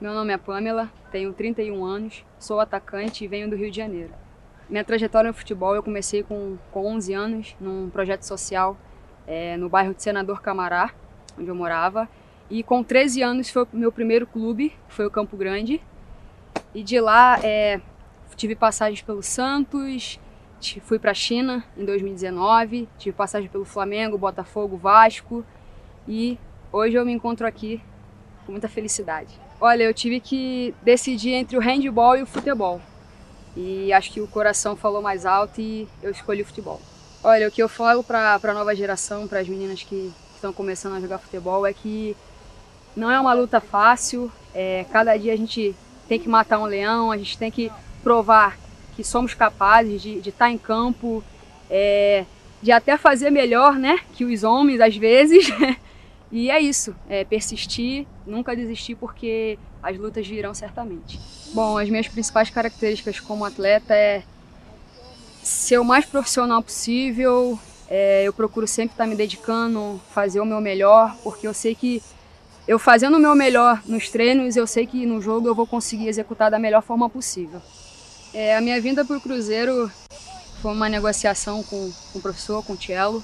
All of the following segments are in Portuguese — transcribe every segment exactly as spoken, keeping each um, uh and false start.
Meu nome é Pamela, tenho trinta e um anos, sou atacante e venho do Rio de Janeiro. Minha trajetória no futebol eu comecei com, com onze anos, num projeto social é, no bairro de Senador Camará, onde eu morava. E com treze anos foi o meu primeiro clube, foi o Campo Grande. E de lá é, tive passagens pelo Santos, fui para a China em dois mil e dezenove, tive passagem pelo Flamengo, Botafogo, Vasco. E hoje eu me encontro aqui com muita felicidade. Olha, eu tive que decidir entre o handebol e o futebol. E acho que o coração falou mais alto e eu escolhi o futebol. Olha, o que eu falo para a nova geração, para as meninas que estão começando a jogar futebol, é que não é uma luta fácil. É, cada dia a gente tem que matar um leão, a gente tem que provar que somos capazes de estar em campo, é, de até fazer melhor, né, que os homens às vezes. E é isso, é persistir, nunca desistir, porque as lutas virão certamente. Bom, as minhas principais características como atleta é ser o mais profissional possível, é, eu procuro sempre estar me dedicando, fazer o meu melhor, porque eu sei que eu fazendo o meu melhor nos treinos, eu sei que no jogo eu vou conseguir executar da melhor forma possível. É, a minha vinda para o Cruzeiro foi uma negociação com, com o professor, com o Cello.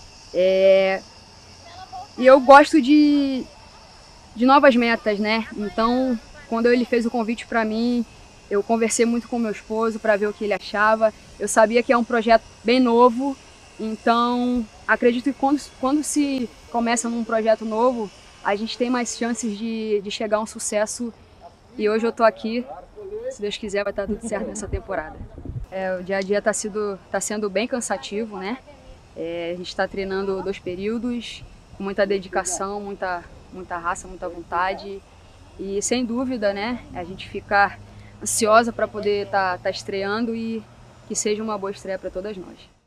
É, E eu gosto de, de novas metas, né? Então, quando ele fez o convite para mim, eu conversei muito com meu esposo para ver o que ele achava. Eu sabia que é um projeto bem novo, então acredito que quando, quando se começa num projeto novo, a gente tem mais chances de, de chegar a um sucesso. E hoje eu tô aqui, se Deus quiser vai estar tudo certo nessa temporada. É, o dia a dia está tá sendo bem cansativo, né? É, a gente está treinando dois períodos, com muita dedicação, muita, muita raça, muita vontade e sem dúvida, né, a gente ficar ansiosa para poder estar tá, tá estreando e que seja uma boa estreia para todas nós.